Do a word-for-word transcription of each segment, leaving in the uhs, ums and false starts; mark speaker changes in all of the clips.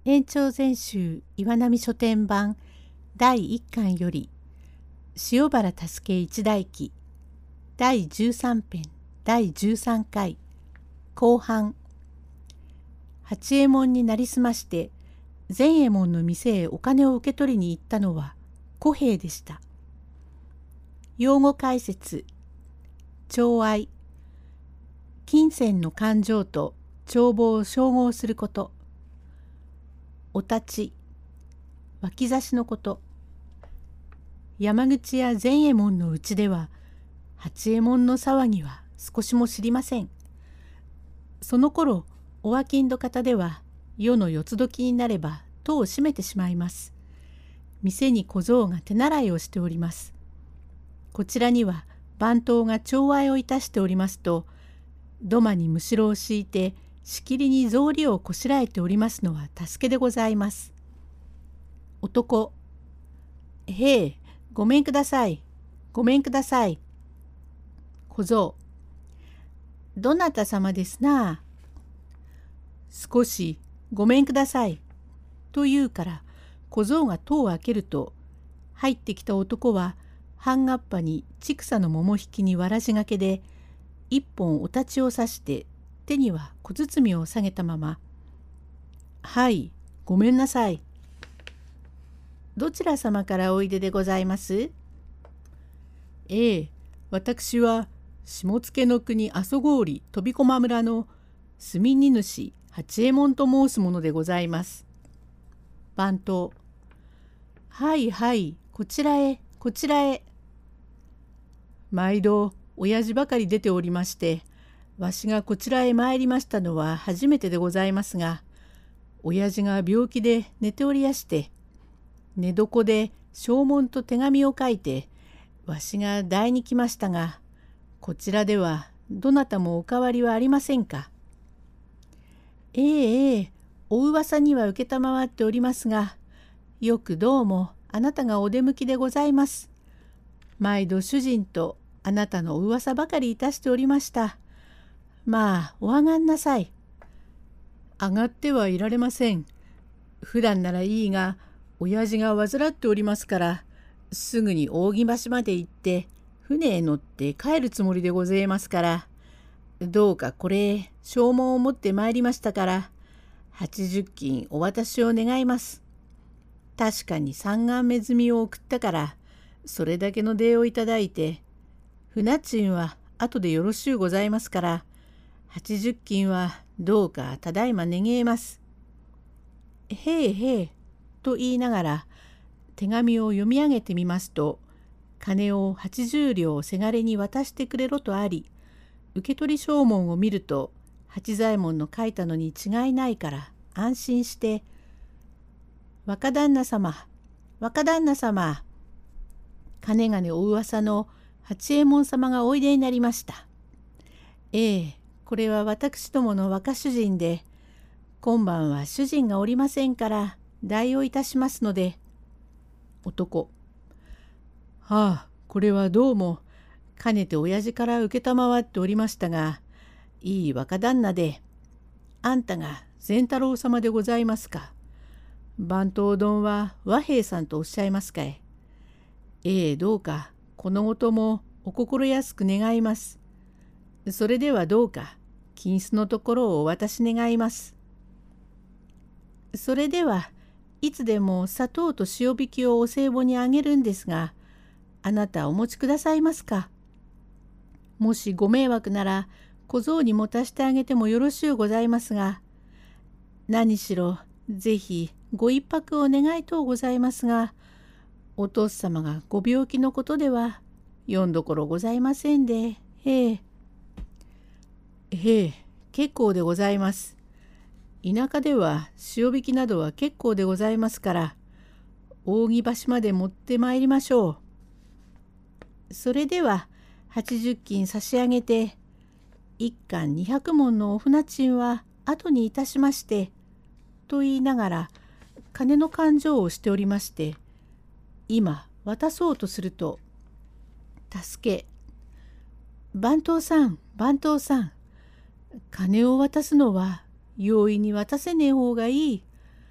Speaker 1: 延長全集岩波書店版だいいっかんより塩原助け一代記だいじゅうさん編だいじゅうさんかい後半。八右衛門になりすまして善右衛門の店へお金を受け取りに行ったのは小平でした。用語解説。寵愛、金銭の勘定と帳簿を照合すること。お立ち、脇差しのこと。山口や善右衛門のうちでは八右衛門の騒ぎは少しも知りません。その頃お商人方では夜の四つ時になれば戸を閉めてしまいます。店に小僧が手習いをしております。こちらには番頭が寵愛をいたしておりますと、土間にむしろを敷いてしきりに草履をこしらえておりますのは助けでございます。男、へえ、ごめんください。ごめんください。小僧、どなた様ですな。少しごめんください。と言うから小僧が戸を開けると、入ってきた男は半がっぱに千草の桃引きにわらじがけで、一本お立ちをさして手には小包を下げたまま、はい、ごめんなさい。どちら様からおいででございます？ええ、私は下野の国阿蘇郡飛駒村の住み主八右衛門と申すものでございます。番頭、はいはい、こちらへこちらへ。毎度親父ばかり出ておりまして、わしがこちらへ参りましたのは初めてでございますが、親父が病気で寝ておりやして、寝床で証文と手紙を書いてわしが代に来ましたが、こちらではどなたもお変わりはありませんか？ええええ、お噂には承っておりますが、よくどうもあなたがお出向きでございます。毎度主人とあなたのお噂ばかりいたしておりました。まあお上がんなさい。上がってはいられません。普段ならいいが、親父が患っておりますから、すぐに扇橋まで行って船へ乗って帰るつもりでございますから、どうかこれ証文を持ってまいりましたからはちじゅっきんお渡しを願います。確かに三眼目済みを送ったからそれだけの礼をいただいて、船賃は後でよろしゅうございますからはちじゅっきんはどうかただいま願えます。へえへえと言いながら手紙を読み上げてみますと、金をはちじゅうりょうせがれに渡してくれろとあり、受取証文を見ると八左衛門の書いたのに違いないから安心して、若旦那様、若旦那様、かねがねお噂の八右衛門様がおいでになりました。ええ、これは私どもの若主人で、今晩は主人がおりませんから代をいたしますので。男、はあ、これはどうもかねて親父から承っておりましたが、いい若旦那で、あんたが善太郎様でございますか。番頭殿は和平さんとおっしゃいますかい。ええ、どうかこのこともお心安く願います。それではどうか金子のところをお渡し願います。それではいつでも砂糖と塩引きをお歳暮にあげるんですが、あなたお持ちくださいますか。もしご迷惑なら小僧に持たしてあげてもよろしゅうございますが、何しろぜひご一泊を願いとうございますが、お父様がご病気のことではよんどころございませんで。へえへえ、結構でございます。田舎では塩引きなどは結構でございますから、扇橋まで持ってまいりましょう。それでははちじゅっきん差し上げて、一貫にひゃくもんのお船賃は後にいたしまして、と言いながら金の勘定をしておりまして、今渡そうとすると、助け、番頭さん、番頭さん、金を渡すのは容易に渡せねえ方がいい。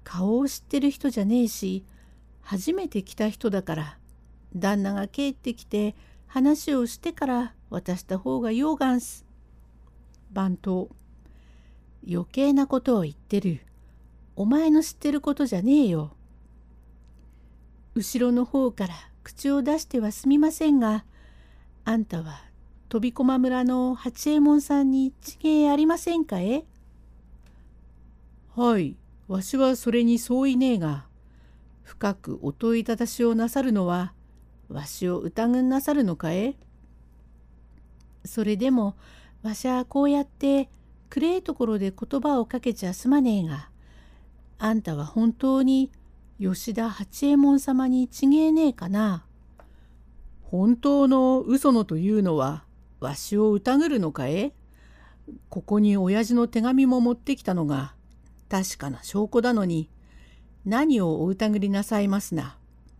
Speaker 1: 顔を知ってる人じゃねえし、初めて来た人だから、旦那が帰ってきて話をしてから渡した方がようがんす。番頭、余計なことを言ってる。お前の知ってることじゃねえよ。後ろの方から口を出してはすみませんが、あんたは飛駒村の八右衛門さんに違えありませんかえ？はい、わしはそれに相違ねえが、深くお問いただしをなさるのは、わしを疑んなさるのかえ？それでも、わしはこうやって暗えところで言葉をかけちゃすまねえが、あんたは本当に吉田八右衛門様に違えねえかな。本当の嘘のというのは、わしを疑るのかえ？ここに親父の手紙も持ってきたのが、確かな証拠だのに、何をお疑りなさいますな。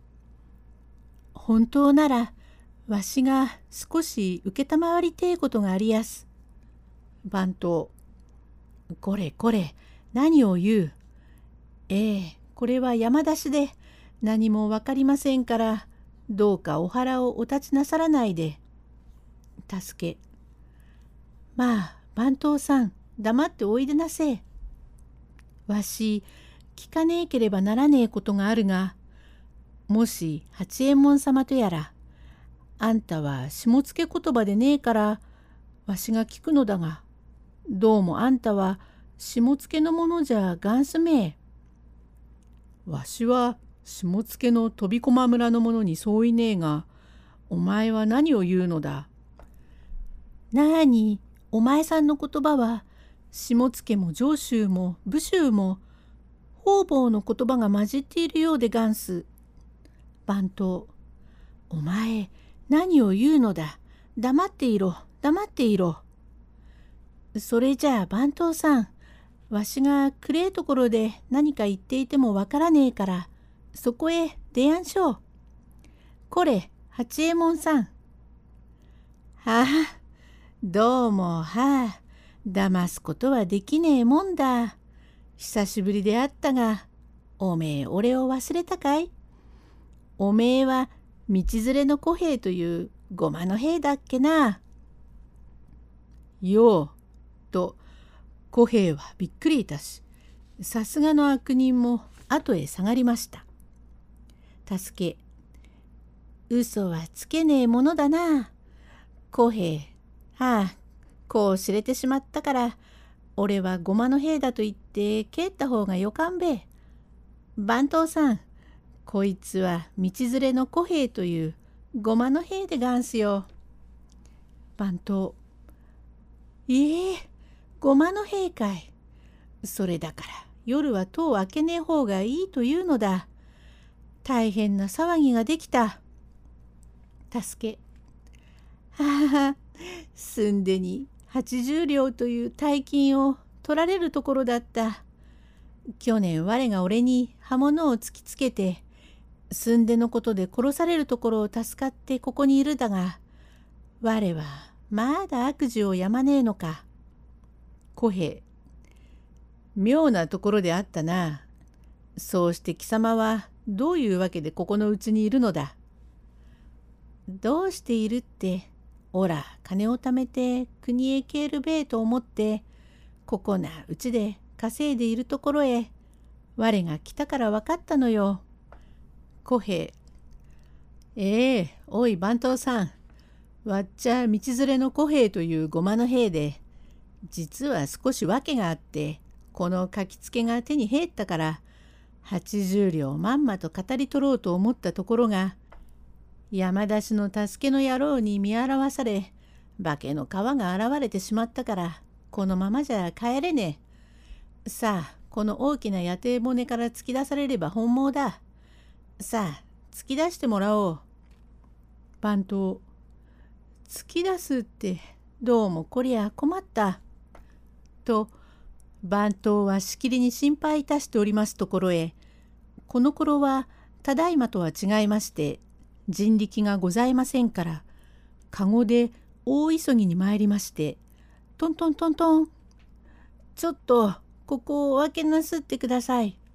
Speaker 1: 本当なら、わしが少し承りてえことがありやす。番頭、これこれ、何を言う。ええ、これは山出しで何もわかりませんから、どうかお腹をお立ちなさらないで。助け、まあ、番頭さん、黙っておいでなせえ。わし、聞かねえければならねえことがあるが、もし八右衛門様とやら、あんたは下付け言葉でねえから、わしが聞くのだが、どうもあんたは下付けのものじゃがんすめえ。わしは下付けの飛駒村のものに相違ねえが、お前は何を言うのだ。なあに、お前さんの言葉は、下付も上州も武州も、方々の言葉が混じっているようでがんす。番頭、お前、何を言うのだ。黙っていろ、黙っていろ。それじゃあ番頭さん、わしが暗えところで何か言っていてもわからねえから、そこへ出やんしょう。これ、八右衛門さん。はあ、どうも、はあ、騙すことはできねえもんだ。久しぶりであったが、おめえ俺を忘れたかい？おめえは道連れの小兵というごまの兵だっけな。よう、と小兵はびっくりいたし、さすがの悪人も後へ下がりました。助け、嘘はつけねえものだな。小兵、はあ、こう知れてしまったから、俺はごまの兵だと言って帰った方がよかんべ。番頭さん、こいつは道連れの小兵というごまの兵でがんすよ。番頭、いえ、ごまの兵かい。それだから夜は戸を開けねえ方がいいというのだ。大変な騒ぎができた。助け、はあ、すんでにはちじゅう両という大金を取られるところだった。去年我が俺に刃物を突きつけて、すんでのことで殺されるところを助かってここにいるだが、我はまだ悪事をやまねえのか。小兵、妙なところであったな。そうして貴様はどういうわけでここのうちにいるのだ。どうしているって、おら金を貯めて国へ帰るべえと思って、ここなうちで稼いでいるところへ我が来たから分かったのよ。小兵、ええ、おい番頭さん、わっちゃ道連れの小兵というごまの兵で、実は少し訳があって、この書きつけが手に入ったから、はちじゅう両まんまと語り取ろうと思ったところが、山出しの助けの野郎に見表され、化けの皮が現れてしまったから、このままじゃ帰れねえ。さあ、この大きな矢蹄骨から突き出されれば本望だ。さあ、突き出してもらおう。番頭、突き出すって、どうもこりゃ困った。と、番頭はしきりに心配いたしておりますところへ、この頃はただいまとは違いまして、人力がございませんから、かごで大急ぎに参りまして、トントントントン、ちょっとここをお開けなすってください。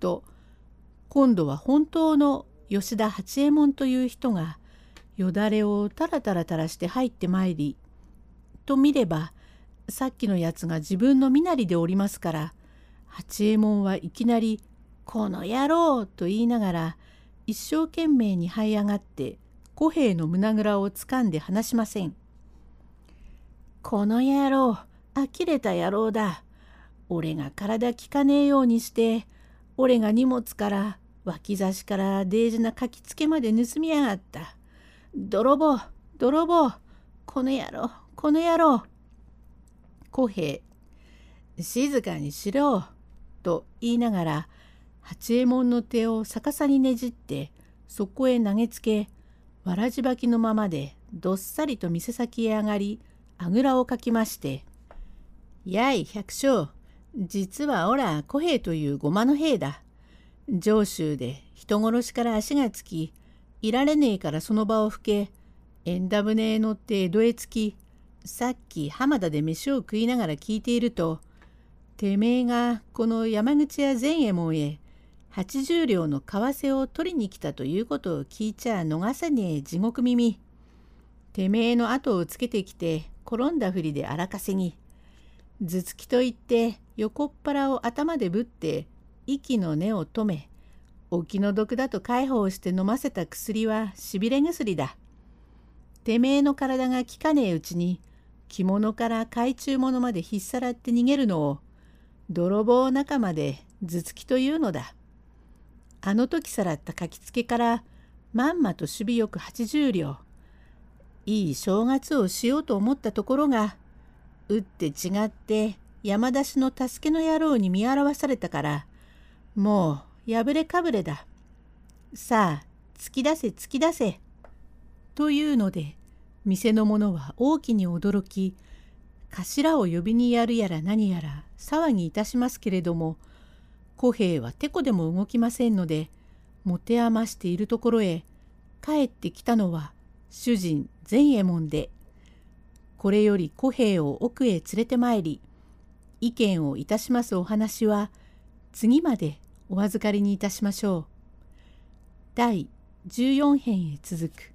Speaker 1: と、今度は本当の吉田八右衛門という人がよだれをタラタラタラして入ってまいり、と見ればさっきのやつが自分の身なりでおりますから、八右衛門はいきなり「この野郎!」と言いながら一生懸命に這い上がって小平の胸ぐらをつかんで離しません。この野郎、呆れた野郎だ。俺が体効かねえようにして、俺が荷物から脇差しから大事な書きつけまで盗みやがった。泥棒、泥棒、この野郎、この野郎。小平、静かにしろ、と言いながら、八右衛門の手を逆さにねじって、そこへ投げつけ、わらじ履きのままでどっさりと店先へ上がり、あぐらをかきまして、やい百姓、実はおら小平というごまの兵だ。上州で人殺しから足がつき、いられねえからその場をふけ、縁田船へ乗って江戸へ着き、さっき浜田で飯を食いながら聞いていると、てめえがこの山口屋善右衛門へ八十両の為替を取りに来たということを聞いちゃ逃さねえ地獄耳。てめえの後をつけてきて転んだふりで荒稼ぎ。頭突きといって横っ腹を頭でぶって息の根を止め、お気の毒だと介抱して飲ませた薬はしびれ薬だ。てめえの体が効かねえうちに着物から懐中物までひっさらって逃げるのを泥棒仲間で頭突きというのだ。あの時さらった書きつけからまんまと守備よく八十両。いい正月をしようと思ったところが、打って違って山出しの助けの野郎に見表されたから、もう破れかぶれだ。さあ突き出せ突き出せ。というので、店の者は大きに驚き、頭を呼びにやるやら何やら騒ぎいたしますけれども、小平はてこでも動きませんので、持て余しているところへ帰ってきたのは主人善右衛門で、これより小平を奥へ連れてまいり、意見をいたしますお話は次までお預かりにいたしましょう。だいじゅうよん編へ続く。